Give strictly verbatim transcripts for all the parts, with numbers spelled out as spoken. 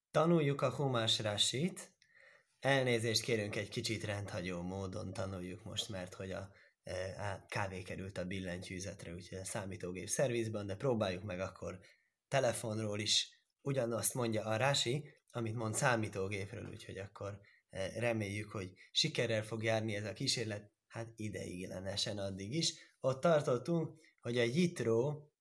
Tanuljuk a Humás Rasit. Elnézést kérünk, egy kicsit rendhagyó módon tanuljuk most, mert hogy a, a kávé került a billentyűzetre, úgyhogy a számítógép szervizben, de próbáljuk meg akkor telefonról is ugyanazt mondja a Rasi, amit mond számítógépről, úgyhogy akkor reméljük, hogy sikerrel fog járni ez a kísérlet, hát ideiglenesen addig is. Ott tartottunk, hogy a Jitró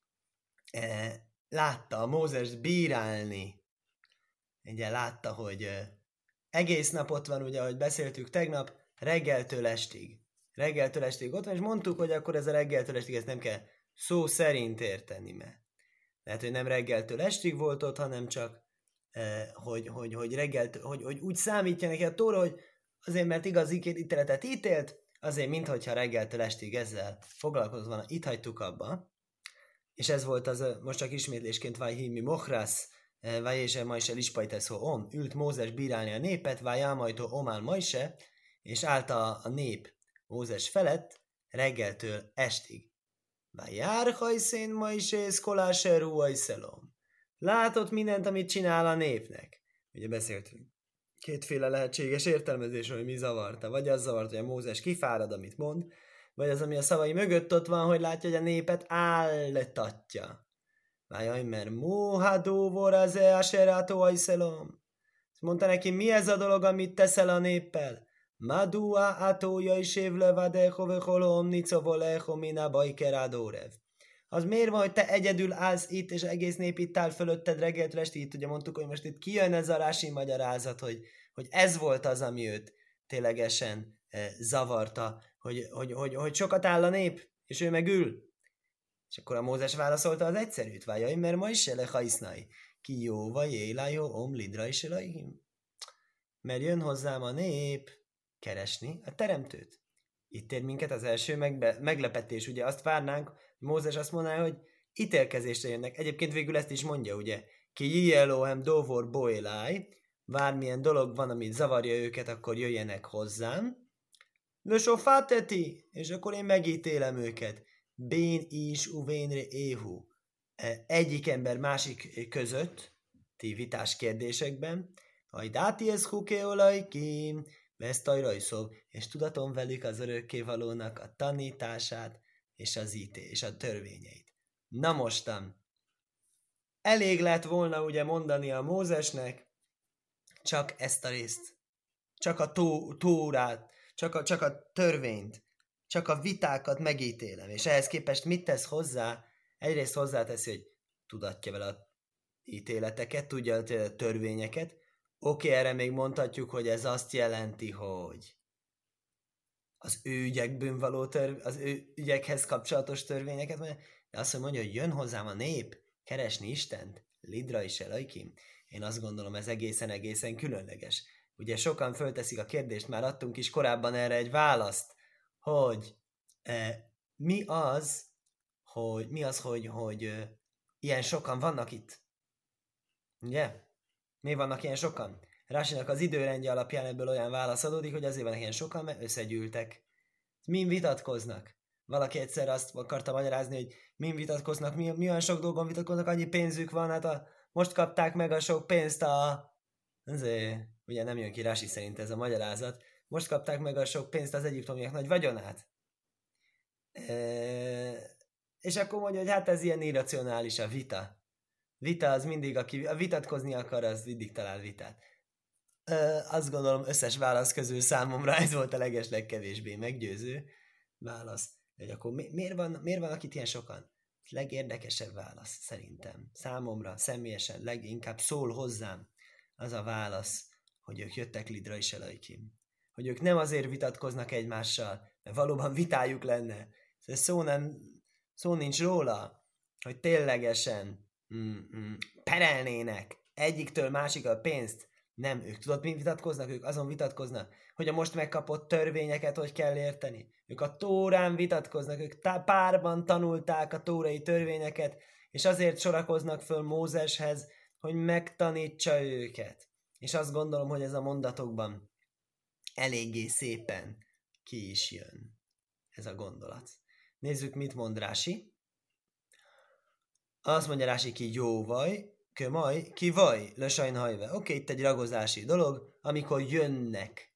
eh, látta a Mózest bírálni. Ugye látta, hogy eh, egész nap ott van, ugye, ahogy beszéltük tegnap, reggeltől estig. Reggeltől estig ott van, és mondtuk, hogy akkor ez a reggeltől estig, ezt nem kell szó szerint érteni, mert lehet, hogy nem reggeltől estig volt ott, hanem csak eh, hogy, hogy, hogy reggeltől, hogy, hogy úgy számítja neki a Tóra, hogy azért, mert igaz ítéletet ítélt, azért, minthogyha reggeltől estig ezzel foglalkozva, itt hagytuk abba. És ez volt az, most csak ismétlésként Vajhimi Mochrász, Vajése Majse Lispajteszó Om, ült Mózes bírálni a népet, Vájámajtó Omál Majse, és állt a, a nép Mózes felett reggeltől estig. Vájár hajszén Majse Szkoláserú Ajszelom. Látott mindent, amit csinál a népnek. Ugye beszéltünk. Kétféle lehetséges értelmezés, hogy mi zavarta. Vagy az zavart, hogy a Mózes kifárad, amit mond, vagy az, ami a szavai mögött ott van, hogy látja, hogy a népet áltatja. Vájaj, mert móhadó voraze aserátó ajszelom. Mondta neki, mi ez a dolog, amit teszel a néppel? Madua atója is évle vadecho veholom nicovolecho mina bajkerádórev. Az miért van, hogy te egyedül állsz itt, és egész nép itt áll fölötted reggeltől estig? Itt ugye mondtuk, hogy most itt kijön ez a Rási magyarázat, hogy, hogy ez volt az, ami őt ténylegesen eh, zavarta, hogy, hogy, hogy, hogy sokat áll a nép, és ő meg ül. És akkor a Mózes válaszolta az egyszerűt, vájaj, mert ma is se lehajsznai. Ki jó vagy élájó omlidra is elajhim. Mert jön hozzám a nép keresni a teremtőt. Itt ér minket az első megbe- meglepetés, ugye azt várnánk, Mózes azt mondaná, hogy ítélkezésre jönnek. Egyébként végül ezt is mondja, ugye, ki jielohem dovor boeláj, bármilyen dolog van, amit zavarja őket, akkor jöjjenek hozzám. Lösofáteti, és akkor én megítélem őket. Bén is uvénre éhu. Egyik ember másik között, ti vitás kérdésekben, hajdáti ez hukéolajkim, vesztajrajszov, és tudatom velük az örökkévalónak a tanítását, és az íté, és a törvényeit. Na mostan, elég lett volna ugye mondani a Mózesnek csak ezt a részt, csak a tó, tórát, csak a, csak a törvényt, csak a vitákat megítélem, és ehhez képest mit tesz hozzá? Egyrészt hozzáteszi, hogy tudatja vele a ítéleteket, tudja a törvényeket. Oké, erre még mondhatjuk, hogy ez azt jelenti, hogy az ő ügyekből való törv, az ő ügyekhez kapcsolatos törvényeket, de azt mondja, hogy jön hozzám a nép keresni Istent, Lidra is elajkim. Én azt gondolom, ez egészen-egészen különleges. Ugye sokan fölteszik a kérdést, már adtunk is korábban erre egy választ, hogy eh, mi az, hogy mi az, hogy, hogy eh, ilyen sokan vannak itt. Ugye? Mi vannak ilyen sokan? Rásinak az időrendje alapján ebből olyan válasz adódik, hogy azért vannak ilyen sokan, mert összegyűltek. Min vitatkoznak? Valaki egyszer azt akarta magyarázni, hogy min vitatkoznak, mi, mi olyan sok dolgon vitatkoznak, annyi pénzük van, hát a, most kapták meg a sok pénzt a... Azért, ugye nem jön ki Rási szerint ez a magyarázat. Most kapták meg a sok pénzt az egyiptomiak nagy vagyonát. E- és akkor mondja, hogy hát ez ilyen irracionális a vita. Vita az mindig, aki vitatkozni akar, az mindig talál vitát. E- azt gondolom, összes válasz közül számomra ez volt a leges legkevésbé meggyőző válasz. Hogy akkor mi- miért, van, miért vannak itt ilyen sokan? Legérdekesebb válasz szerintem. Számomra, személyesen, leginkább szól hozzám az a válasz, hogy ők jöttek Lidra is elajkim. Hogy ők nem azért vitatkoznak egymással, mert valóban vitájuk lenne. Szó, nem, szó nincs róla, hogy ténylegesen mm, mm, perelnének egyiktől másikra pénzt. Nem, ők tudod, mi vitatkoznak? Ők azon vitatkoznak, hogy a most megkapott törvényeket hogy kell érteni. Ők a Tórán vitatkoznak, ők tá- párban tanulták a tórai törvényeket, és azért sorakoznak föl Mózeshez, hogy megtanítsa őket. És azt gondolom, hogy ez a mondatokban eléggé szépen ki is jön ez a gondolat. Nézzük, mit mond Rási. Azt mondja Rási ki, jó vaj, kömaj, ki vaj, lösajnhajve. Oké, itt egy ragozási dolog, amikor jönnek.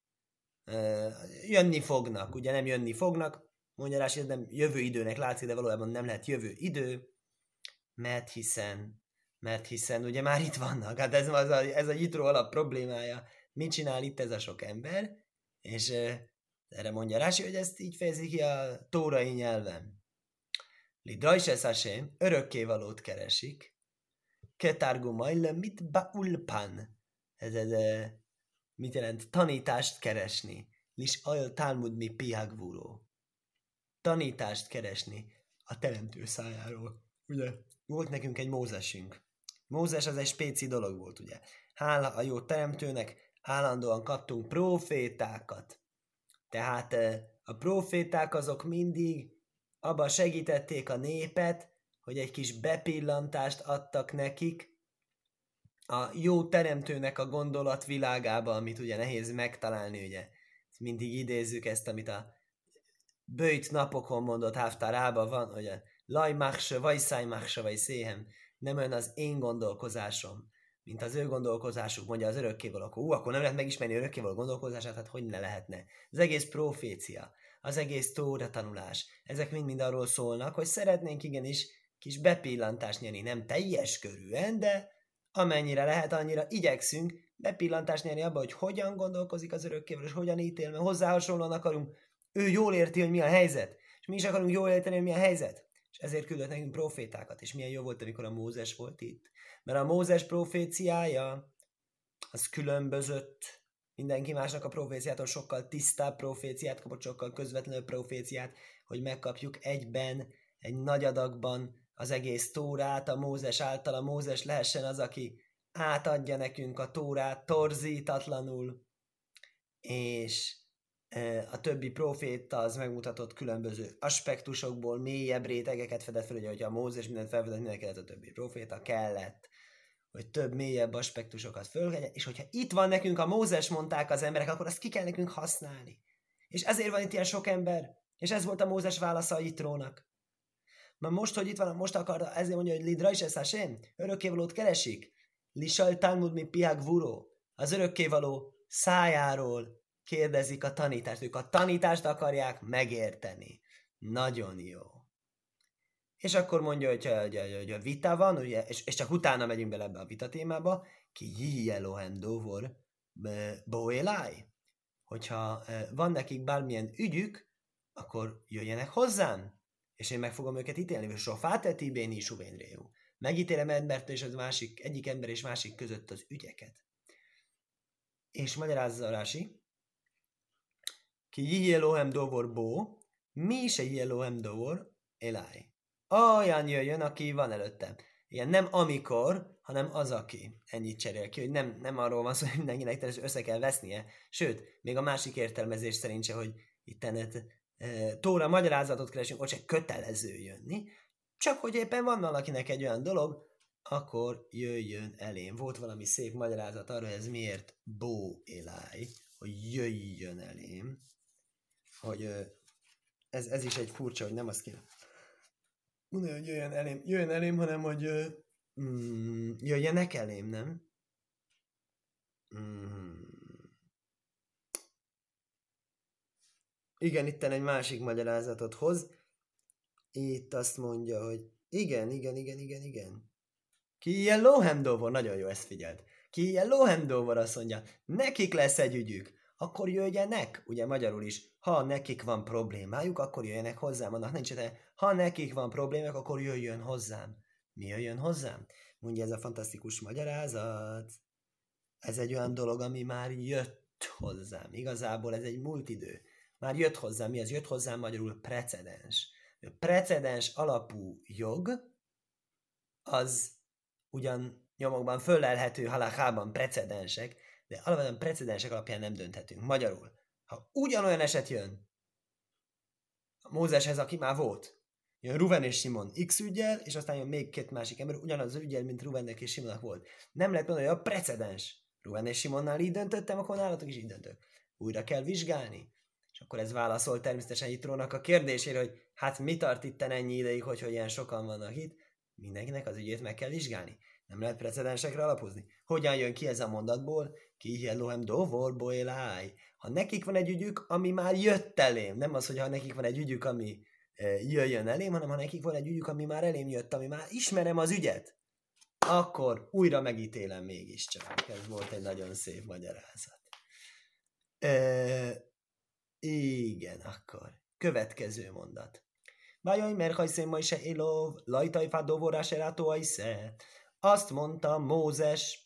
Jönni fognak, ugye nem jönni fognak, mondja rá, hogy nem jövő időnek látszik, de valójában nem lehet jövő idő, mert hiszen, mert hiszen ugye már itt vannak. Hát ez, az a, ez a Jitró alap problémája. Mit csinál itt ez a sok ember? És uh, erre mondja Rási, hogy ezt így fejezi ki a tórai nyelven. Lidrajses Hashem, örökkévalót keresik. Ketárgumajle mit baulpan. Ez, ez uh, mit jelent? Tanítást keresni. Lis ajl talmud mi pihagvúró. Tanítást keresni a teremtő szájáról. Ugye? Volt nekünk egy Mózesünk. Mózes az egy spéci dolog volt, ugye? Hála a jó teremtőnek, állandóan kaptunk profétákat. Tehát a proféták azok mindig abban segítették a népet, hogy egy kis bepillantást adtak nekik a jó teremtőnek a gondolatvilágába, amit ugye nehéz megtalálni, ugye. Mindig idézzük ezt, amit a bőjt napokon mondott Haftarában van, hogy a laj machse, vagy száj machse, vagy széhem, nem olyan az én gondolkozásom, mint az ő gondolkozásuk, mondja az örökkévaló. Akkor, ú, akkor nem lehet megismerni örökkévaló gondolkozását, hát hogy ne lehetne. Az egész profécia, az egész tóra tanulás, ezek mind-mind arról szólnak, hogy szeretnénk igenis kis bepillantást nyerni, nem teljes körűen, de amennyire lehet, annyira igyekszünk bepillantást nyerni abba, hogy hogyan gondolkozik az örökkévaló, és hogyan ítél, mert hozzá hasonlóan akarunk. Ő jól érti, hogy mi a helyzet, és mi is akarunk jól érteni, hogy mi a helyzet. És ezért küldött nekünk profétákat, és milyen jó volt, amikor a Mózes volt itt. Mert a Mózes proféciája, az különbözött mindenki másnak a proféciától, sokkal tisztább proféciát kapott, sokkal közvetlenül proféciát, hogy megkapjuk egyben, egy nagy adagban az egész Tórát, a Mózes által. A Mózes lehessen az, aki átadja nekünk a Tórát torzítatlanul, és a többi proféta az megmutatott különböző aspektusokból, mélyebb rétegeket fedett fel, ugye, hogyha a Mózes mindent felfedett, mindenki a többi proféta kellett, hogy több mélyebb aspektusokat fölvegye, és hogyha itt van nekünk a Mózes, mondták az emberek, akkor azt ki kell nekünk használni. És ezért van itt ilyen sok ember, és ez volt a Mózes válasza a Jitrónak. Mert most, hogy itt van, most akarta, ezért mondja, hogy Lidrajses Hashem, örökkévalót keresik, Lisajl Talmud mi pihagvúró, az örökkévaló szájáról kérdezik a tanítást. Ők a tanítást akarják megérteni. Nagyon jó. És akkor mondja, hogy a, hogy a vita van, ugye, és, és csak utána megyünk bele ebbe a vita témába, ki Yihi Elohem Dovor Boelai. Hogyha van nekik bármilyen ügyük, akkor jöjjenek hozzám, és én meg fogom őket ítélni. Sofáteti béni suvénréjú. Megítélem embert és az másik, egyik ember és másik között az ügyeket. És magyarázza Rási, ki Yihi Elohem Dovor Bo, mi is egy Yihi Elohem Dovor Elai. Olyan jöjjön, aki van előttem. Igen, nem amikor, hanem az, aki. Ennyit cserél ki, hogy nem, nem arról van szó, hogy mindenkinek össze kell vesznie. Sőt, még a másik értelmezés szerint se, hogy ittenet e, Tóra magyarázatot keresünk, ott se kötelező jönni. Csak, hogy éppen van valakinek egy olyan dolog, akkor jöjjön elém. Volt valami szép magyarázat arra, hogy ez miért Bó Elai, hogy jöjjön elém. Hogy ez, ez is egy furcsa, hogy nem azt kéne mondani, hogy jöjjön elém, jöjjön elém, hanem hogy mm, jöjjenek elém, nem? Mm. Igen, itten egy másik magyarázatot hoz. Itt azt mondja, hogy igen, igen, igen, igen, igen. Ki ilyen Lohendovor, nagyon jó, ezt figyelt. Ki ilyen Lohendovor azt mondja, nekik lesz egy ügyük, akkor jöjjenek, ugye magyarul is, ha nekik van problémájuk, akkor jöjjenek hozzám, annak nincs, de ha nekik van problémák, akkor jöjjön hozzám. Mi jöjjön hozzám? Mondja ez a fantasztikus magyarázat. Ez egy olyan dolog, ami már jött hozzám. Igazából ez egy múlt idő. Már jött hozzám. Mi az jött hozzám? Magyarul precedens. A precedens alapú jog, az ugyan nyomokban föllelhető halachában precedensek, de alapvetően precedensek alapján nem dönthetünk. Magyarul, ha ugyanolyan eset jön a Mózeshez, aki már volt, jön Ruven és Simon X üggyel, és aztán jön még két másik ember, ugyanaz az üggyel, mint Ruvennek és Simonnak volt. Nem lehet mondani, hogy a precedens. Ruven és Simonnál így döntöttem, akkor nálatok is így döntök. Újra kell vizsgálni. És akkor ez válaszol természetesen Jitrónak a kérdésére, hogy hát mi tart itten ennyi ideig, hogy, hogy ilyen sokan vannak itt. Mindenkinek az ügyét meg kell vizsgálni. Nem lehet precedensekre alapozni. Hogyan jön ki ez a mondatból? Ki Elohem dovor boelái. Ha nekik van egy ügyük, ami már jött elém. Nem az, hogy ha nekik van egy ügyük, ami e, jöjjön elém, hanem ha nekik van egy ügyük, ami már elém jött, ami már ismerem az ügyet, akkor újra megítélem mégiscsak. Ez volt egy nagyon szép magyarázat. E, igen, akkor. Következő mondat. Vajaj, mert hajszén ma is élov, lajtajfá dovorás elátóajsze. Azt mondta Mózes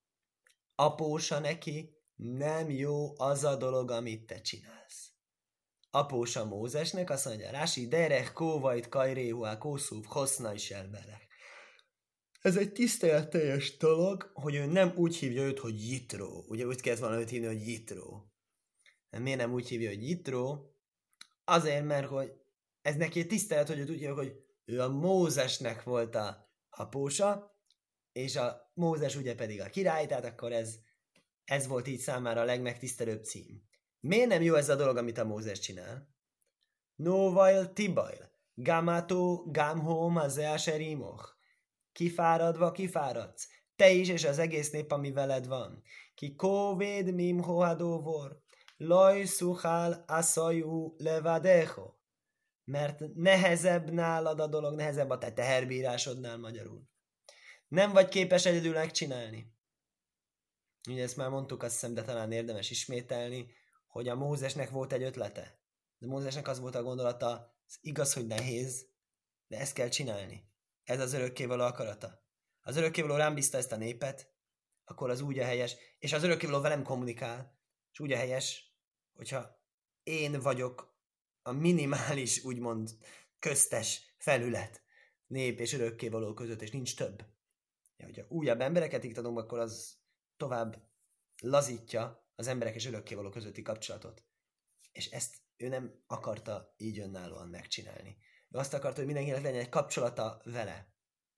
apósa neki, nem jó az a dolog, amit te csinálsz. Apósa Mózesnek azt mondja, Rási, derech kóvajt kajréhuá kószúv, hosszna is elmelek. Ez egy tiszteletteljes dolog, hogy ő nem úgy hívja őt, hogy Jitró. Ugye úgy kezd volna őt hívni, hogy Jitró. Miért nem úgy hívja, hogy Jitró? Azért, mert hogy ez neki egy tisztelet, hogy ő tudja, hogy ő a Mózesnek volt a apósa, és a Mózes ugye pedig a király, tehát akkor ez, ez volt így számára a legmegtisztelőbb cím. Miért nem jó ez a dolog, amit a Mózes csinál? Novail tibail, gamato gamhom az easerimoch. Kifáradva kifáradsz, te is és az egész nép, ami veled van. Ki kóvéd mim hohadóvor, laj szuhál aszajú levadecho. Mert nehezebb nálad a dolog, nehezebb a te teherbírásodnál magyarul. Nem vagy képes egyedül megcsinálni. Ugye ezt már mondtuk, azt hiszem, de talán érdemes ismételni, hogy a Mózesnek volt egy ötlete. De Mózesnek az volt a gondolata, ez igaz, hogy nehéz, de ezt kell csinálni. Ez az örökkévaló akarata. Az örökkévaló rám bízta ezt a népet, akkor az úgy a helyes, és az örökkévaló velem kommunikál, és úgy a helyes, hogyha én vagyok a minimális, úgymond köztes felület nép és örökkévaló között, és nincs több. Ja, hogyha újabb embereket iktatunk, akkor az tovább lazítja az emberek és örökkévaló közötti kapcsolatot. És ezt ő nem akarta így önállóan megcsinálni. Ő azt akarta, hogy mindenkinek legyen egy kapcsolata vele.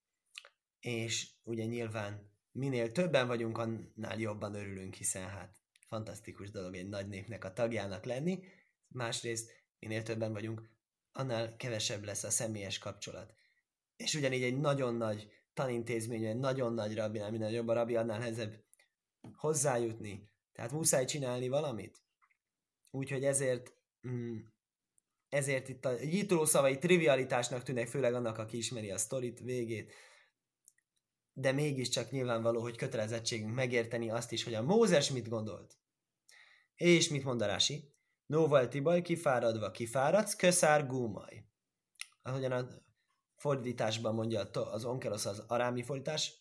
És ugye nyilván minél többen vagyunk, annál jobban örülünk, hiszen hát fantasztikus dolog egy nagy népnek a tagjának lenni. Másrészt minél többen vagyunk, annál kevesebb lesz a személyes kapcsolat. És ugyanígy egy nagyon nagy tanintézmény, egy nagyon nagy rabinál, minél jobb a rabi, annál nehezebb hozzájutni. Tehát muszáj csinálni valamit. Úgyhogy ezért mm, ezért itt a Jitró szavai trivialitásnak tűnnek, főleg annak, aki ismeri a sztorit végét, de mégiscsak nyilvánvaló, hogy kötelezettségünk megérteni azt is, hogy a Mózes mit gondolt. És mit mond a Rási? Nóval tibaj, kifáradva kifáradsz, köszár gúmaj. Ahogyan a fordításban mondja az onkelosz, az arámi fordítás.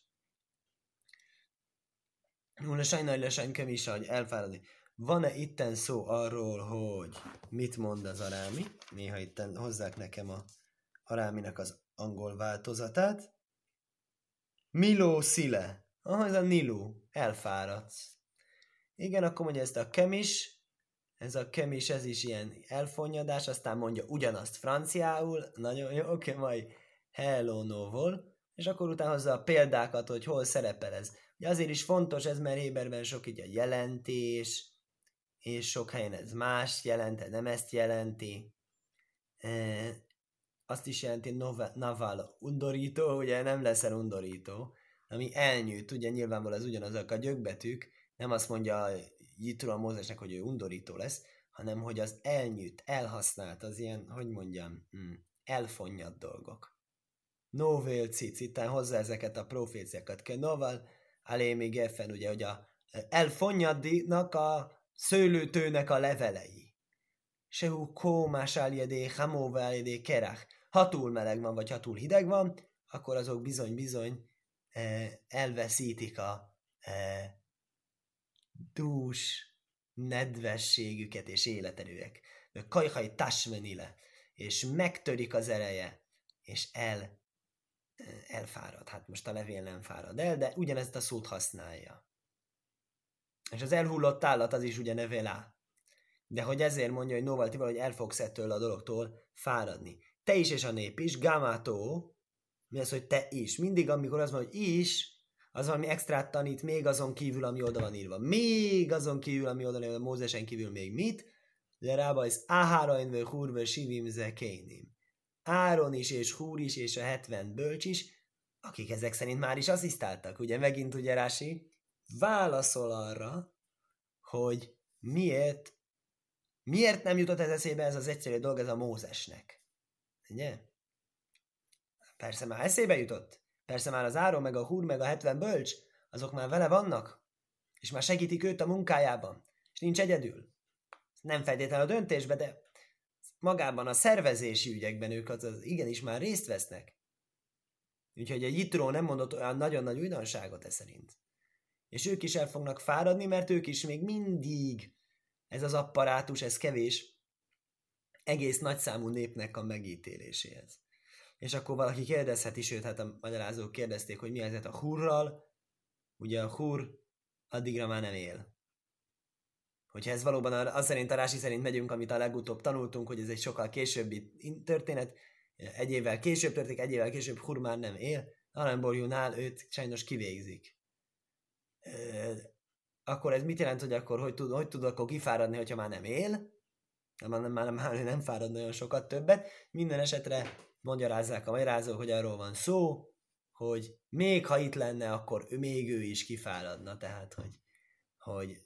Nulla sajnálj lesajnkem is, hogy elfáradni. Van-e itten szó arról, hogy mit mond az arámi? Néha itten hozzák nekem a aráminak az angol változatát. Miló szile. Ah, ez a Nilu. Elfáradsz. Igen, akkor mondja ezt a kemis. Ez a kemis, ez is ilyen elfonnyadás. Aztán mondja ugyanazt franciául. Nagyon jó, oké, okay, majd hello novol. És akkor utána hozza a példákat, hogy hol szerepel ez. Ugye azért is fontos ez, mert Héberben sok így a jelentés, és sok helyen ez más jelent, nem ezt jelenti. E, azt is jelenti naval undorító, ugye nem leszel undorító, ami elnyűjt, ugye nyilvánvalóan az ugyanazok a gyökbetűk, nem azt mondja Jitró a Mózesnek, hogy ő undorító lesz, hanem hogy az elnyűjt, elhasznált, az ilyen, hogy mondjam, elfonnyad dolgok. Novél cic, itten hozzá ezeket a proféciákat kell. Novel, alémi geffen, ugye, hogy a elfonnyadnak a szőlőtőnek a levelei. Sehu kómás áljedé, hamóva áljedé, kerach. Ha túl meleg van, vagy ha túl hideg van, akkor azok bizony-bizony eh, elveszítik a eh, dús nedvességüket és életerőek. Kajhaj tasmenile, és megtörik az ereje, és el elfárad. Hát most a levél nem fárad el, de ugyanezt a szót használja. És az elhullott állat az is ugye nevelá. De hogy ezért mondja, hogy nóval tival, hogy el fogsz ettől a dologtól fáradni. Te is és a nép is, gamátó, mi az, hogy te is. Mindig, amikor az van, hogy is, az valami extrát tanít, még azon kívül, ami oda van írva. Még azon kívül, ami oda van írva, Mózesen kívül még mit? De rába ez áhárainvő húrvő sivim zekénim. Áron is, és Húr is, és a hetven bölcs is, akik ezek szerint már is asszisztáltak. Ugye megint ugye Rási válaszol arra, hogy miért, miért nem jutott ez eszébe ez az egyszerű dolog, ez a Mózesnek. Ugye? Persze már eszébe jutott. Persze már az Áron, meg a Húr, meg a hetven bölcs, azok már vele vannak, és már segítik őt a munkájában, és nincs egyedül. Nem feltétlenül a döntésbe, de magában a szervezési ügyekben ők az, az igenis már részt vesznek. Úgyhogy a Jitró nem mondott olyan nagyon nagy újdonságot e szerint. És ők is el fognak fáradni, mert ők is még mindig, ez az apparátus, ez kevés, egész nagyszámú népnek a megítéléséhez. És akkor valaki kérdezheti, sőt, hát a magyarázók kérdezték, hogy mi helyzet a Hurral. Ugye a Hur addigra már nem él. Hogyha ez valóban az szerint, a Rási szerint megyünk, amit a legutóbb tanultunk, hogy ez egy sokkal későbbi történet, egy évvel később történik, egy évvel később Hur már nem él, Aramborjúnál őt sajnos kivégzik. Akkor ez mit jelent, hogy akkor hogy tud, hogy tud akkor kifáradni, hogyha már nem él? Már nem, már, már nem fárad nagyon sokat többet. Minden esetre magyarázzák a magyarázók, hogy arról van szó, hogy még ha itt lenne, akkor ő, még ő is kifáradna. Tehát, hogy, hogy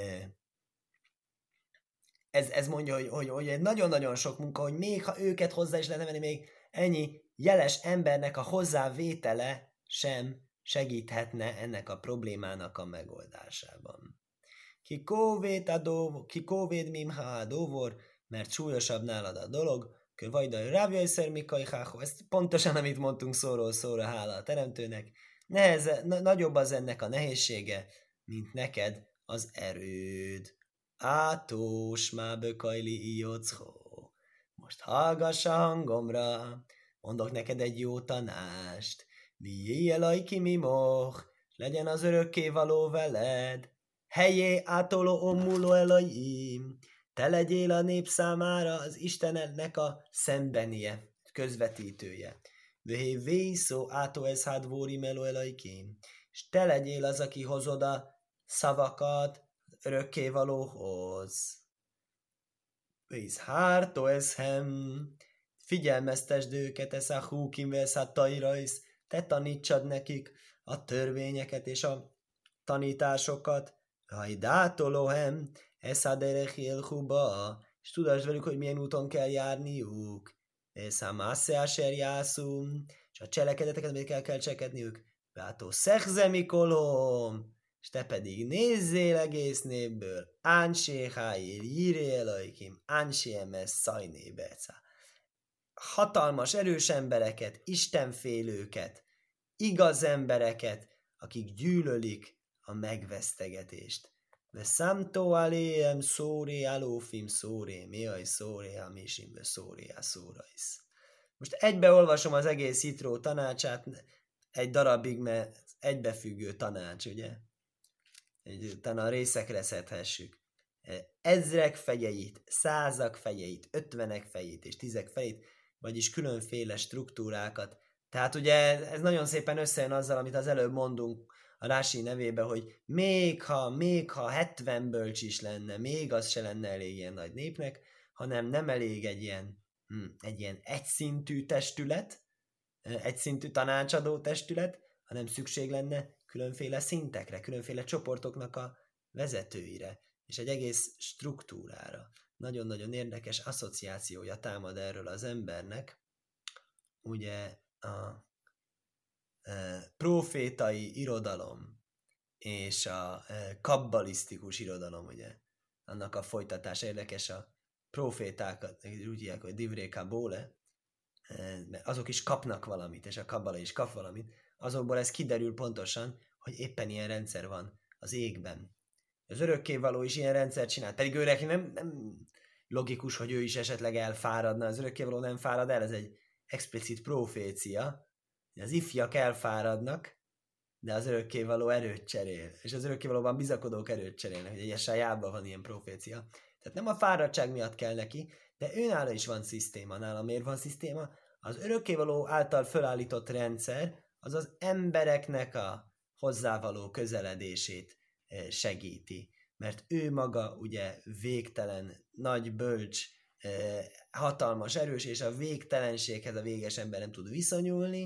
ez, ez mondja, hogy, hogy, hogy egy nagyon-nagyon sok munka, hogy még ha őket hozzá is lehetne venni, még ennyi jeles embernek a hozzávétele sem segíthetne ennek a problémának a megoldásában. Ki kóvéd, a dóvor, ki kóvéd mimha a dóvor, mert súlyosabb nálad a dolog, kö vajdaj rávjajszer mikai háho, ez pontosan, amit mondtunk szóról szóra, hála a teremtőnek, Neheze, na, nagyobb az ennek a nehézsége, mint neked az erőd. Átós má bökajli ijoczó. Most hallgass a hangomra, mondok neked egy jó tanást. Vigyél elaj ki mi moh, legyen az örökké való veled. Helyé átoló ommuló elajim, te legyél a nép számára az Istennek a szembenie, közvetítője. Vihé vészó átó ez hát vóri meló elajkim, és te legyél az, aki hozod a szavakat örökkévalóhoz. Víz hártó ez hem, figyelmeztesd őket, ez a húkim vesz a tajrajsz, te tanítsad nekik a törvényeket és a tanításokat. Hajdátolóhem, ez a derech élhuba, és tudasd velük, hogy milyen úton kell járniuk. Ez a másze aser jászum, és a cselekedeteket még kell, kell csekedniük. Vátó szechzemikolom, és te pedig nézzél egész népből. Ánsé hájér, jíré elajkim, ánsé emes szajné beca. Hatalmas, erős embereket, istenfélőket, igaz embereket, akik gyűlölik a megvesztegetést. Ve számtó aléem szóré alófim szóré, miaj szóré hamisim ve szóré a szórajsz. Most egybe olvasom az egész Jitró tanácsát egy darabig, mert egybefüggő tanács, ugye? Egy, utána a részekre szedhessük. Ezrek fejeit, százak fejeit, ötvenek fejét és tízek fejét, vagyis különféle struktúrákat. Tehát ugye ez nagyon szépen összejön azzal, amit az előbb mondunk a Rási nevébe, hogy még ha, még ha hetven bölcs is lenne, még az se lenne elég ilyen nagy népnek, hanem nem elég egy ilyen, hm, egy ilyen egyszintű testület, egyszintű tanácsadó testület, hanem szükség lenne különféle szintekre, különféle csoportoknak a vezetőire, és egy egész struktúrára. Nagyon-nagyon érdekes asszociációja támad erről az embernek. Ugye a e, profétai irodalom és a e, kabbalisztikus irodalom, ugye, annak a folytatása érdekes, a profétákat, úgy hívják, hogy divré kabóle, e, azok is kapnak valamit, és a kabbala is kap valamit, azokból ez kiderül pontosan, hogy éppen ilyen rendszer van az égben. Az örökkévaló is ilyen rendszert csinál, pedig ő neki nem, nem logikus, hogy ő is esetleg elfáradna, az örökkévaló nem fárad el, ez egy explicit profécia, az ifjak elfáradnak, de az örökkévaló erőt cserél, és az örökkévalóban bizakodók erőt cserélnek, hogy egy Jesájában van ilyen profécia. Tehát nem a fáradtság miatt kell neki, de őnála is van szisztéma. Nála miért van szisztéma? Az örökkévaló által fölállított rendszer az az embereknek a hozzávaló közeledését segíti. Mert ő maga ugye végtelen, nagy bölcs, hatalmas, erős, és a végtelenséghez a véges ember nem tud viszonyulni,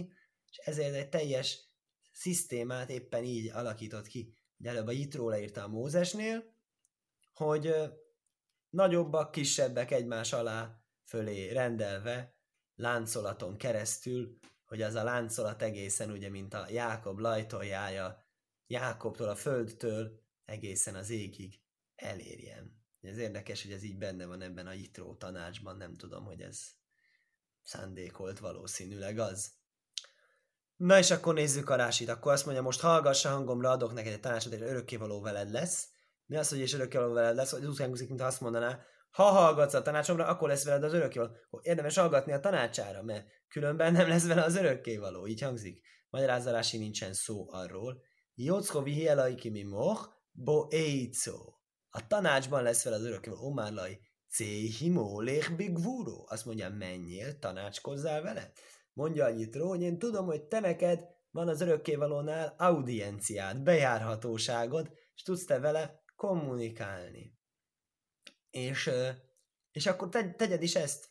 és ezért egy teljes szisztémát éppen így alakított ki. Ugye előbb a Jitro leírta a Mózesnél, hogy nagyobbak, kisebbek egymás alá fölé rendelve, láncolaton keresztül, hogy az a láncolat egészen ugye, mint a Jákob lajtoljája, Jákobtól, a földtől egészen az égig elérjen. Ez érdekes, hogy ez így benne van ebben a Jitro tanácsban, nem tudom, hogy ez szándékolt, valószínűleg az. Na és akkor nézzük a rásit. Akkor azt mondja, most hallgass a hangomra, adok neked egy tanácsot, és örökkévaló veled lesz. Mi az, hogy és örökkévaló veled lesz? Hogy az után hangzik, mintha azt mondaná, ha hallgatsz a tanácsomra, akkor lesz veled az örökkévaló. Érdemes hallgatni a tanácsára, mert különben nem lesz vele az örökkévaló. Így hangzik. Magyarázza Rási, nincsen szó arról. Jocko vihielaiki mi moch, bo eico. A tanácsban lesz vele az örökkévaló. Omárlai, céhimó léch bigvúró. Azt mondja, menjél, tanácskozzál vele. Mondja annyit ró, hogy én tudom, hogy te neked van az örökkévalónál audienciád, bejárhatóságod, és tudsz te vele kommunikálni. És, és akkor te, tegyed is ezt.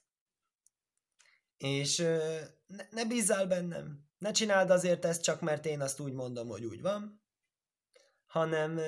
És ne, ne bízzál bennem. Ne csináld azért ezt csak, mert én azt úgy mondom, hogy úgy van, hanem,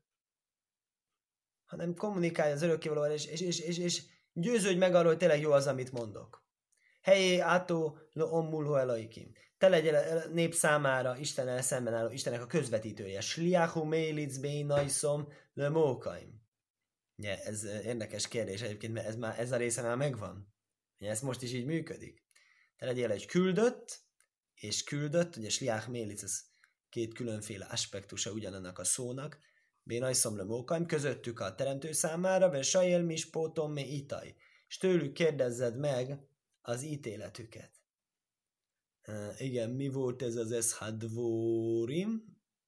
hanem kommunikálj az örökkévalóval, és, és, és, és, és győződj meg arról, hogy tényleg jó az, amit mondok. Helyé átó lo ommulho elaikim. Te legyél a nép számára Istennel szemben álló, Istennek a közvetítője. Sliachu mélitz bénajszom le mókaim. Ugye, ez érdekes kérdés egyébként, mert ez, már, ez a része már megvan. Ugye, ez most is így működik. Te legyél egy küldött, és küldött, ugye sliach mélitz, ez két különféle aspektusa ugyanannak a szónak. Bénajszom le mókaim, közöttük a teremtő számára, ve sajél mispótom me itaj. És tőlük kérdezzed meg az ítéletüket. Uh, igen, mi volt ez az eszhadvórim?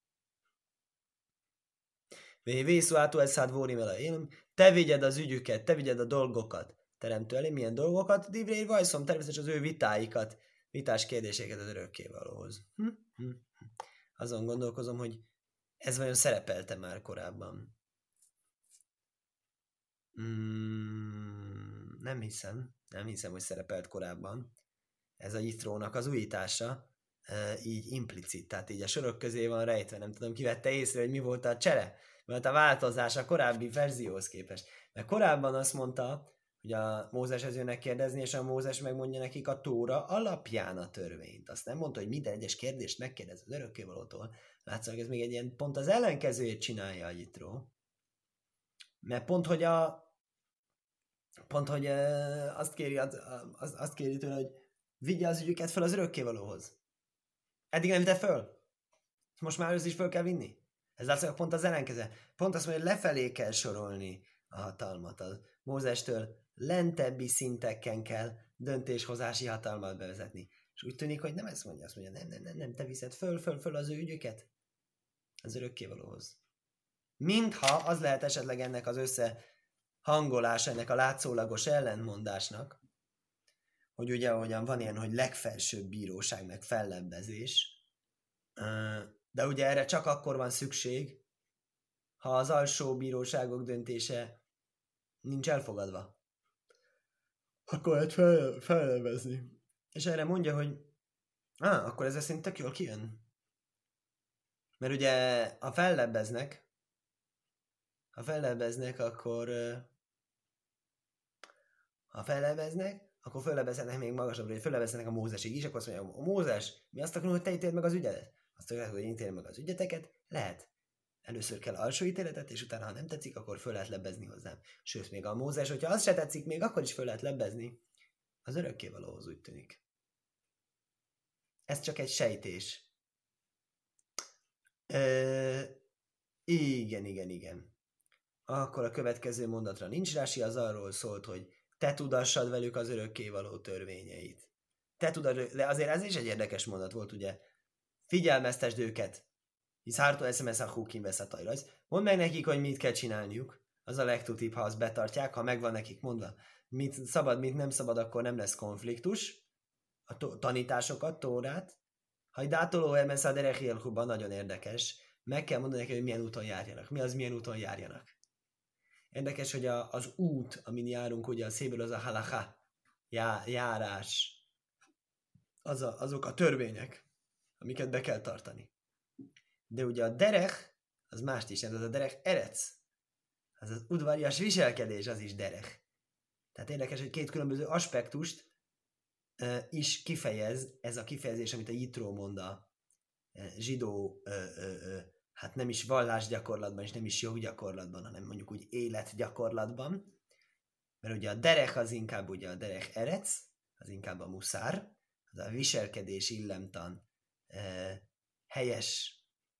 Vészú átó eszhadvórim el. Te vigyed az ügyüket, te vigyed a dolgokat. Teremtő elé, milyen dolgokat? Divrei vajszom, természetesen az ő vitáikat, vitás kérdéseket az örökkévalóhoz. Hm? Hm? Azon gondolkozom, hogy ez vajon szerepelte már korábban. Mm, nem hiszem. Nem hiszem, hogy szerepelt korábban. Ez a Jitrónak az újítása, e, így implicit, tehát így a sorok közé van rejtve. Nem tudom, ki vette észre, hogy mi volt a csere, mi volt a változás a korábbi verzióhoz képest. Mert korábban azt mondta, hogy a Mózeshez jönnek kérdezni, és a Mózes megmondja nekik a Tóra alapján a törvényt. Azt nem mondta, hogy minden egyes kérdést megkérdez az örökkévalótól. Látszik, ez még egy ilyen pont az ellenkezőjét csinálja a Jitró. Mert pont, hogy a Pont, hogy uh, azt, kéri, az, az, azt kéri tőle, hogy vigye az ügyüket fel az örökkévalóhoz. Eddig nem vitte föl. Most már ősz is föl kell vinni. Ez látszik pont az ellenkező. Pont azt mondja, hogy lefelé kell sorolni a hatalmat. A Mózestől lentebbi szinteken kell döntéshozási hatalmat bevezetni. És úgy tűnik, hogy nem ezt mondja. Azt mondja, nem, nem, nem, nem te viszed föl, föl, föl az ő ügyüket az örökkévalóhoz. Mintha az lehet esetleg ennek az össze hangolás, ennek a látszólagos ellentmondásnak, hogy ugye ahogyan van ilyen, hogy legfelsőbb bíróság, meg fellebbezés, de ugye erre csak akkor van szükség, ha az alsó bíróságok döntése nincs elfogadva. Akkor lehet fel, fellebbezni. És erre mondja, hogy ah, akkor ez szerint tök jól kijön. Mert ugye, ha fellebbeznek, ha fellebbeznek, akkor ha fellebbeznek, akkor föllebezhetnek még magasabbra, hogy föllebezhetnek a Mózesig is, akkor azt mondja, a Mózes, mi azt akarunk, hogy te ítéld meg az ügyedet? Azt akarjuk, hogy én ítéljem meg az ügyeteket? Lehet. Először kell alsó ítéletet, és utána, ha nem tetszik, akkor föl lehet lebbezni hozzám. Sőt, még a Mózes, hogyha az se tetszik, még akkor is föl lehet lebbezni. Az örökkévalóhoz úgy tűnik. Ez csak egy sejtés. Ö, igen, igen, igen. Akkor a következő mondatra nincs rási, az arról szólt, hogy te tudassad velük az örökkévaló törvényeit. Te tudod, de azért ez is egy érdekes mondat volt, ugye? Figyelmeztesd őket. Hisz hártó eszemesz a húkin vesz a tajrajz. Mondd meg nekik, hogy mit kell csinálniuk. Az a legtutibb, ha azt betartják, ha megvan nekik mondva. Mit szabad, mit nem szabad, akkor nem lesz konfliktus. A to- tanításokat, Tórát. Hajdátoló elmesz a derechielhuban, nagyon érdekes. Meg kell mondani neki, hogy milyen úton járjanak. Mi az, milyen úton járjanak. Érdekes, hogy a, az út, amin járunk, ugye a széből az a halacha, já, járás, az a, azok a törvények. amiket be kell tartani. De ugye a derech, az mást is jelent, az a derech erec. Az az udvarias viselkedés, az is derech. Tehát érdekes, hogy két különböző aspektust uh, is kifejez ez a kifejezés, amit a Jitró mond a uh, zsidó, uh, uh, uh, hát nem is vallásgyakorlatban, és nem is joggyakorlatban, hanem mondjuk úgy életgyakorlatban. Mert ugye a derech az inkább ugye a derech erec, az inkább a muszár, az a viselkedés illemtan, uh, helyes,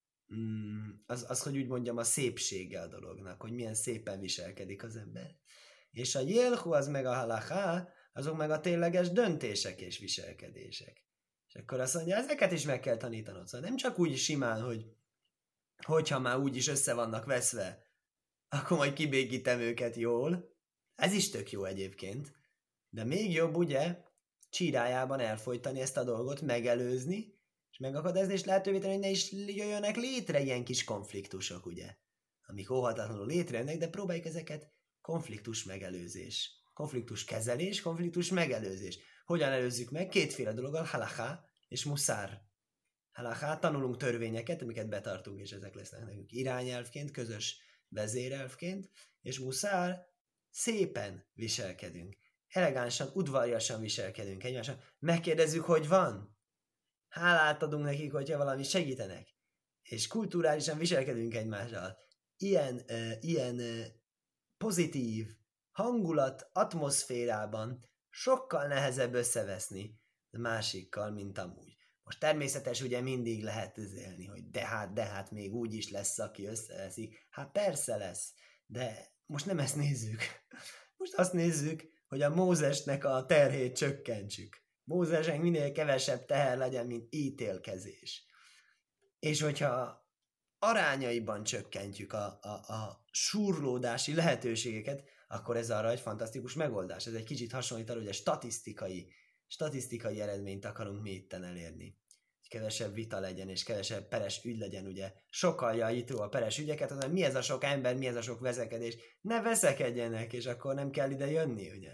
mm, az, az, hogy úgy mondjam, a szépsége a dolognak, hogy milyen szépen viselkedik az ember. És a jélhu az meg a halaká, azok meg a tényleges döntések és viselkedések. És akkor azt mondja, ezeket is meg kell tanítanod. Szóval nem csak úgy simán, hogy hogyha már úgyis össze vannak veszve, akkor majd kibékítem őket jól. Ez is tök jó egyébként. De még jobb ugye csírájában elfolytani ezt a dolgot, megelőzni, és megakadályozni, és lehetővé tenni, hogy ne is jöjjönek létre ilyen kis konfliktusok, ugye? Amik óhatatlanul létrejönnek, de próbáljuk ezeket konfliktus megelőzés. Konfliktus kezelés, konfliktus megelőzés. Hogyan előzzük meg? Kétféle dologgal, halaká és muszár. Halaká, tanulunk törvényeket, amiket betartunk, és ezek lesznek nekünk irányelvként, közös vezérelvként, és muszár, szépen viselkedünk. Elegánsan, udvariasan viselkedünk egymással. Megkérdezzük, hogy van. Hálát adunk nekik, hogyha valami segítenek. És kulturálisan viselkedünk egymással. Ilyen, uh, ilyen uh, pozitív hangulat, atmoszférában sokkal nehezebb összeveszni a másikkal, mint amúgy. Most természetes ugye mindig lehet üzélni, hogy de hát, de hát még úgy is lesz, aki összeveszik. Hát persze lesz, de most nem ezt nézzük. Most azt nézzük, hogy a Mózesnek a terhét csökkentsük. Mózesnek minél kevesebb teher legyen, mint ítélkezés. És hogyha arányaiban csökkentjük a, a, a súrlódási lehetőségeket, akkor ez arra egy fantasztikus megoldás. Ez egy kicsit hasonlít arra, hogy a statisztikai, statisztikai eredményt akarunk mi itten elérni. Kevesebb vita legyen, és kevesebb peres ügy legyen, ugye. Sokalja itt a peres ügyeket, az, mi ez a sok ember, mi ez a sok veszekedés. Ne veszekedjenek, és akkor nem kell ide jönni, ugye.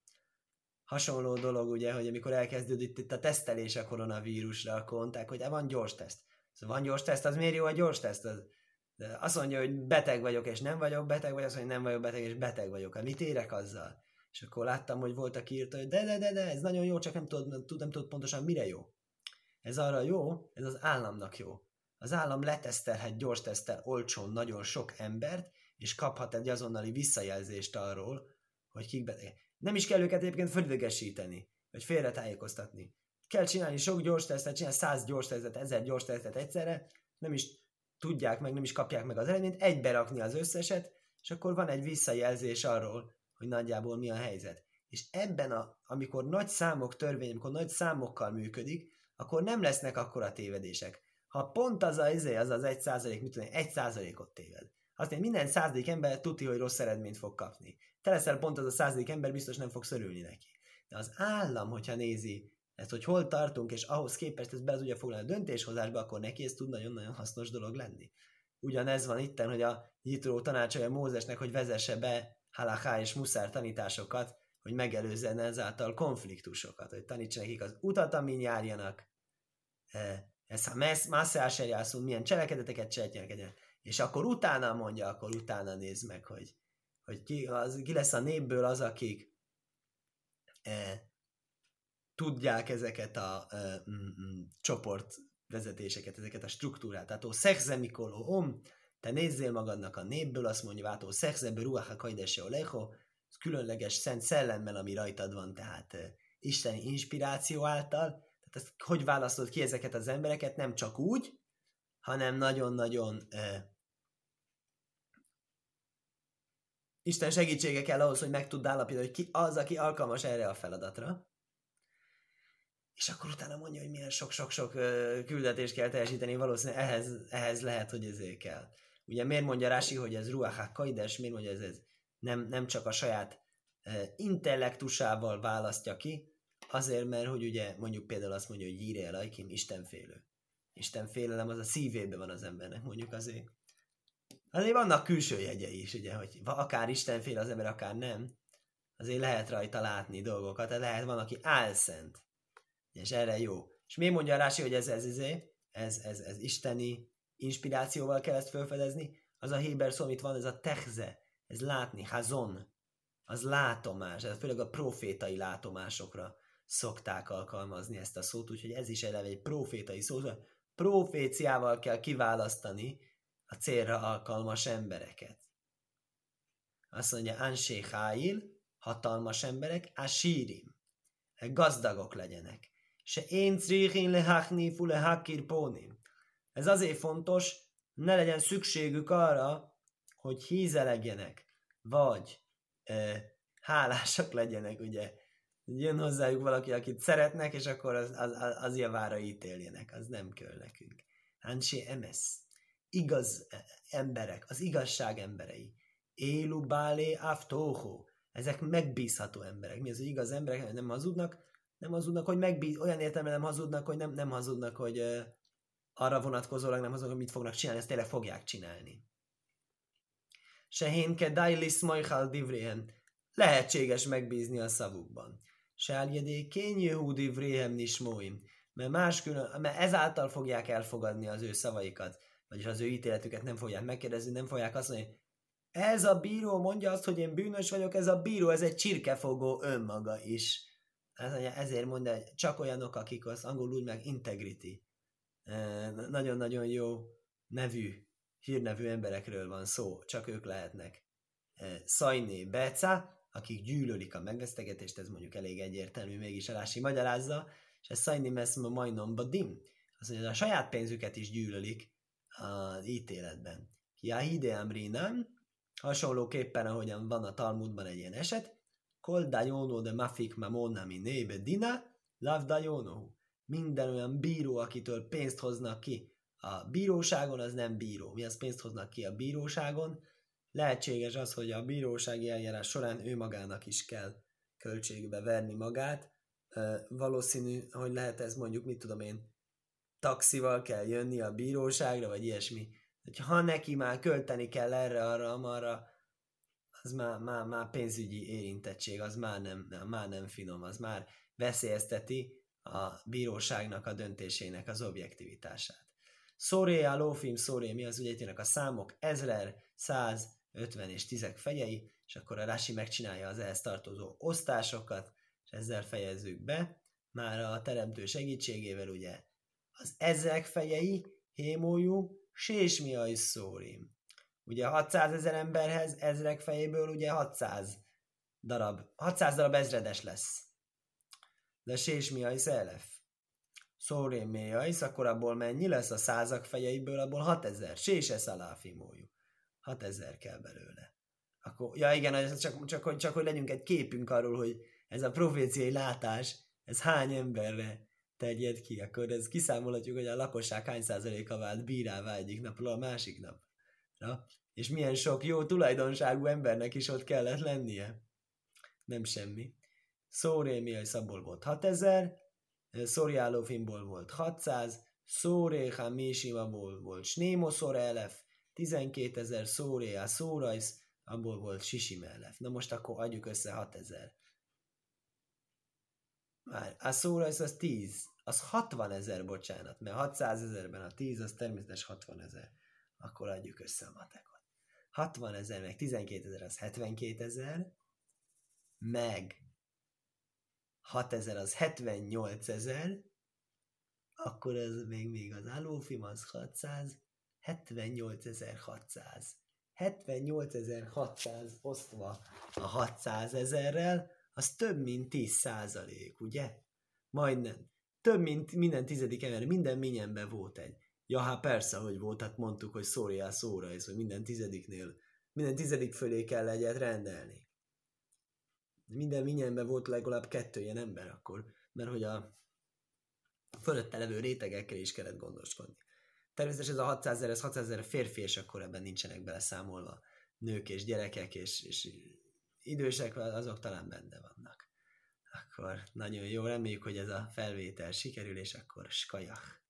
Hasonló dolog, ugye, hogy amikor elkezdődött itt a tesztelés a koronavírusra, akkor mondták, hogy van gyors teszt. Szóval van gyors teszt, az miért jó a gyors teszt? Az, azt mondja, hogy beteg vagyok, és nem vagyok beteg, vagy azt mondja, hogy nem vagyok beteg, és beteg vagyok. Hát mit érek azzal? És akkor láttam, hogy volt, aki írta, hogy de, de, de, de, ez nagyon jó, csak nem tudod, nem tudod pontosan mire jó. Ez arra jó, ez az államnak jó. Az állam letesztelhet gyors teszttel olcsón nagyon sok embert, és kaphat egy azonnali visszajelzést arról, hogy kik betegek. Nem is kell őket egyébként fölidegesíteni, vagy félretájékoztatni. Kell csinálni sok gyors tesztet, csinálni száz gyors tesztet, ezer gyors tesztet egyszerre, nem is tudják meg, nem is kapják meg az eredményt, egybe rakni az összeset, és akkor van egy visszajelzés arról, hogy nagyjából mi a helyzet. És ebben, a, amikor nagy számok törvény, amikor nagy számokkal működik, akkor nem lesznek akkora tévedések. Ha pont az az, az, az egy százalék, mit tudom, egy százalékot téved. Azt mondja, minden százalék ember tudja, hogy rossz eredményt fog kapni. Te leszel pont az a százalék ember, biztos nem fogsz örülni neki. De az állam, hogyha nézi ezt, hogy hol tartunk, és ahhoz képest ezt be tudja foglalni a döntéshozásba, akkor neki ez tud nagyon-nagyon hasznos dolog lenni. Ugyanez van itten, hogy a Jitró tanácsolja Mózesnek, hogy vezesse be halaká és muszár tanításokat, hogy megelőzzen ezáltal konfliktusokat, hogy tanítsa nekik az utat, amin járjanak, ez a mászásárjászunk, milyen cselekedeteket cselekjenek, és akkor utána mondja, akkor utána nézd meg, hogy, hogy ki, az, ki lesz a népből az, akik eh, tudják ezeket a eh, mm, mm, csoportvezetéseket, ezeket a struktúrát. Tehát ó szechze mikoló om, te nézzél magadnak a népből, azt mondja, hát ó szechze beruach kajdese olecho, különleges szent szellemmel, ami rajtad van, tehát eh, isteni inspiráció által. Tehát hogy választod ki ezeket az embereket, nem csak úgy, hanem nagyon-nagyon eh, Isten segítsége kell ahhoz, hogy meg tudd állapítani, hogy ki az, aki alkalmas erre a feladatra. És akkor utána mondja, hogy milyen sok-sok-sok eh, küldetést kell teljesíteni, valószínűleg ehhez, ehhez lehet, hogy ezért kell. Ugye miért mondja Rási, hogy ez ruach hakaides, miért mondja ez, ez nem, nem csak a saját eh, intellektusával választja ki, azért, mert hogy ugye mondjuk például azt mondja, hogy jíré elajkim, istenfélő. Istenfélelem az a szívében van az embernek, mondjuk azért. Azért vannak külső jegyei is, ugye, hogy akár istenfél az ember, akár nem. Azért lehet rajta látni dolgokat, tehát lehet van, aki álszent. És erre jó. És miért mondja Rási, hogy ez ez izé? ez, ez, ez isteni inspirációval kell ezt felfedezni. Az a héber szó, amit van, ez a techze, ez látni, hazon, az látomás, ez főleg a profétai látomásokra szokták alkalmazni ezt a szót, úgyhogy ez is eleve egy profétai szó, proféciával kell kiválasztani a célra alkalmas embereket. Azt mondja, Ansé Háil, hatalmas emberek, Asírim, gazdagok legyenek. Se én crichin lehachni fule hakir pónim. Ez azért fontos, ne legyen szükségük arra, hogy hízelegjenek, vagy e, hálásak legyenek, ugye. Jön hozzájuk valaki, akit szeretnek, és akkor az, az, az, az javára ítéljenek. Az nem kell nekünk. Hansé emes. Igaz emberek, az igazság emberei. Élu bálé aftóhó. Ezek megbízható emberek. Mi az, hogy igaz emberek nem hazudnak? Nem hazudnak, hogy megbíz, olyan értelemben nem hazudnak, hogy nem, nem hazudnak, hogy uh, arra vonatkozólag nem hazudnak, hogy mit fognak csinálni, ezt tényleg fogják csinálni. Sehén kedai liszmajhal divréhen. Lehetséges megbízni a szavukban. Sáljedé kényjöhú divréhem nismóim. Mert máskülön, mert ezáltal fogják elfogadni az ő szavaikat, vagyis az ő ítéletüket nem fogják megkérdezni, nem fogják azt mondani, ez a bíró mondja azt, hogy én bűnös vagyok, ez a bíró, ez egy csirkefogó önmaga is. Ezért mondja, csak olyanok, akik az angolul úgy meg integrity. Nagyon-nagyon jó nevű, hírnevű emberekről van szó, csak ők lehetnek. Szajné Beca, akik gyűlölik a megvesztegetést, ez mondjuk elég egyértelmű, mégis Rási magyarázza, és ez Szajné Meszma majnom badim. Azt mondja, a saját pénzüket is gyűlölik az ítéletben. Ki a hideám rinám, hasonlóképpen, ahogyan van a Talmudban egy ilyen eset, kol dajónó de mafik mamonami nébe dina, lav dajónó. Minden olyan bíró, akitől pénzt hoznak ki a bíróságon, az nem bíró. Mi az pénzt hoznak ki a bíróságon? Lehetséges az, hogy a bírósági eljárás során ő magának is kell költségbe verni magát. Valószínű, hogy lehet ez mondjuk, mit tudom én, taxival kell jönni a bíróságra, vagy ilyesmi. Ha neki már költeni kell erre, arra, amarra, az már, már, már pénzügyi érintettség, az már nem, már nem finom, az már veszélyezteti a bíróságnak a döntésének az objektivitását. Szóré a lófim, szóré, mi az ugye a számok ezer, száz, ötven és tízek fejei, és akkor a Rási megcsinálja az ehhez tartozó osztásokat, és ezzel fejezzük be. Már a teremtő segítségével ugye az ezrek fejei, hémójú, sésmiai szórim. Ugye hatszázezer emberhez ezrek fejéből ugye hatszáz darab, hatszáz darab ezredes lesz. De sésmiai szelef. Szórim mélyajsz, akkor abból mennyi lesz a százak fejeiből, abból hatezer. Sése szaláfimójú. hatezer kell belőle. Akkor, ja igen, csak, csak, hogy, csak hogy legyünk egy képünk arról, hogy ez a proféciai látás, ez hány emberre terjed ki, akkor ez kiszámolhatjuk, hogy a lakosság hány százaléka vált bírává egyik napról a másik napra, és milyen sok jó tulajdonságú embernek is ott kellett lennie. Nem semmi. Szórémiai szabból volt hatezer, Szóriálófimból volt hatszáz, Szóré Hamishimaból volt Snémoszor elef, tizenkétezer Szóré a Szórajsz, abból volt Sisim elef. Na most akkor adjuk össze hatezer. Már a Szórajsz az tíz, az hatvanezer, bocsánat, mert hatszázezerben a tíz, az természetes hatvanezer. Akkor adjuk össze a matekot. hatvanezer meg tizenkétezer az hetvenkétezer, meg hatezer az hetvennyolcezer, akkor ez még, még az alófim az hatszáz, hetvennyolcezer-hatszáz. hetvennyolcezer-hatszáz osztva a hatszázezerrel, az több mint tíz százalék, ugye? Majdnem. Több mint minden tizedik ember, minden minyenben volt egy. Ja, hát persze, hogy volt, hát mondtuk, hogy szórjál szóra, és hogy minden tizediknél, minden tizedik fölé kell egyet rendelni. Minden minyenben volt legalább kettő ilyen ember akkor, mert hogy a fölötte levő rétegekkel is kellett gondoskodni. Természetesen ez a hatszázezer, ez hatszázezer férfi, és akkor ebben nincsenek beleszámolva nők és gyerekek, és, és idősek, azok talán benne vannak. Akkor nagyon jó, reméljük, hogy ez a felvétel sikerül, és akkor skajach.